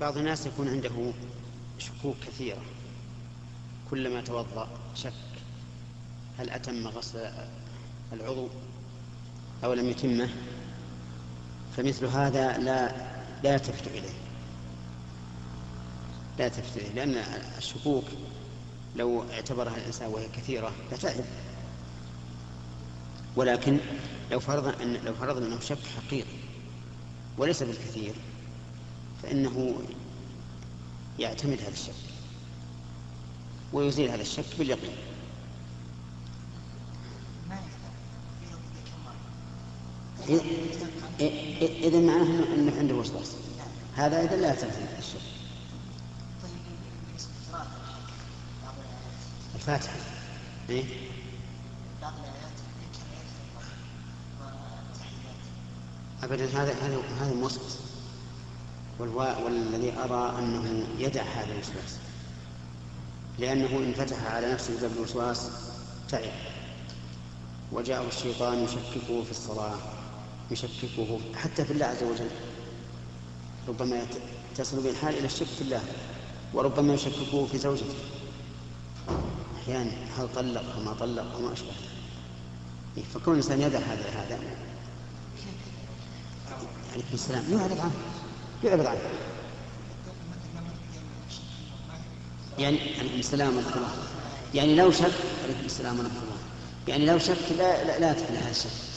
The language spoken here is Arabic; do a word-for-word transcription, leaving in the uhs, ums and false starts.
بعض الناس يكون عنده شكوك كثيرة، كلما توضأ شك هل أتم غسل العضو أو لم يتمه، فمثل هذا لا لا تفت إليه لا تفت إليه لأن الشكوك لو اعتبرها الإنسان وهي كثيرة لتعب. ولكن لو فرضنا أن لو فرضنا أنه شك حقيقي وليس بالكثير فإنه يعتمد هذا الشك ويزيل هذا الشك باليقين. إذا معناه أنه عنده وسواس، هذا إذا لا يعتمد الشك. الفاتحة إيه؟ أبدا هذا هذا هذا موسوس، والذي أرى أنه يدع هذا الوسواس، لأنه إن فتح على نفسه باب الوسواس تعب، وجاءه الشيطان يشككه في الصلاة، يشككه حتى في الله عز وجل، ربما تصل به الحال إلى الشك في الله، وربما يشككه في زوجته أحيانا هل طلق وما طلق وما أشبه. فكون الإنسان يدع هذا هذا عليه السلام يعرض عنه يعرض عنه يعني عليه السلام ورحمة الله، يعني لو شك عليه السلام ورحمة الله، يعني لو شك لا لا, لا تفعل هذا الشك.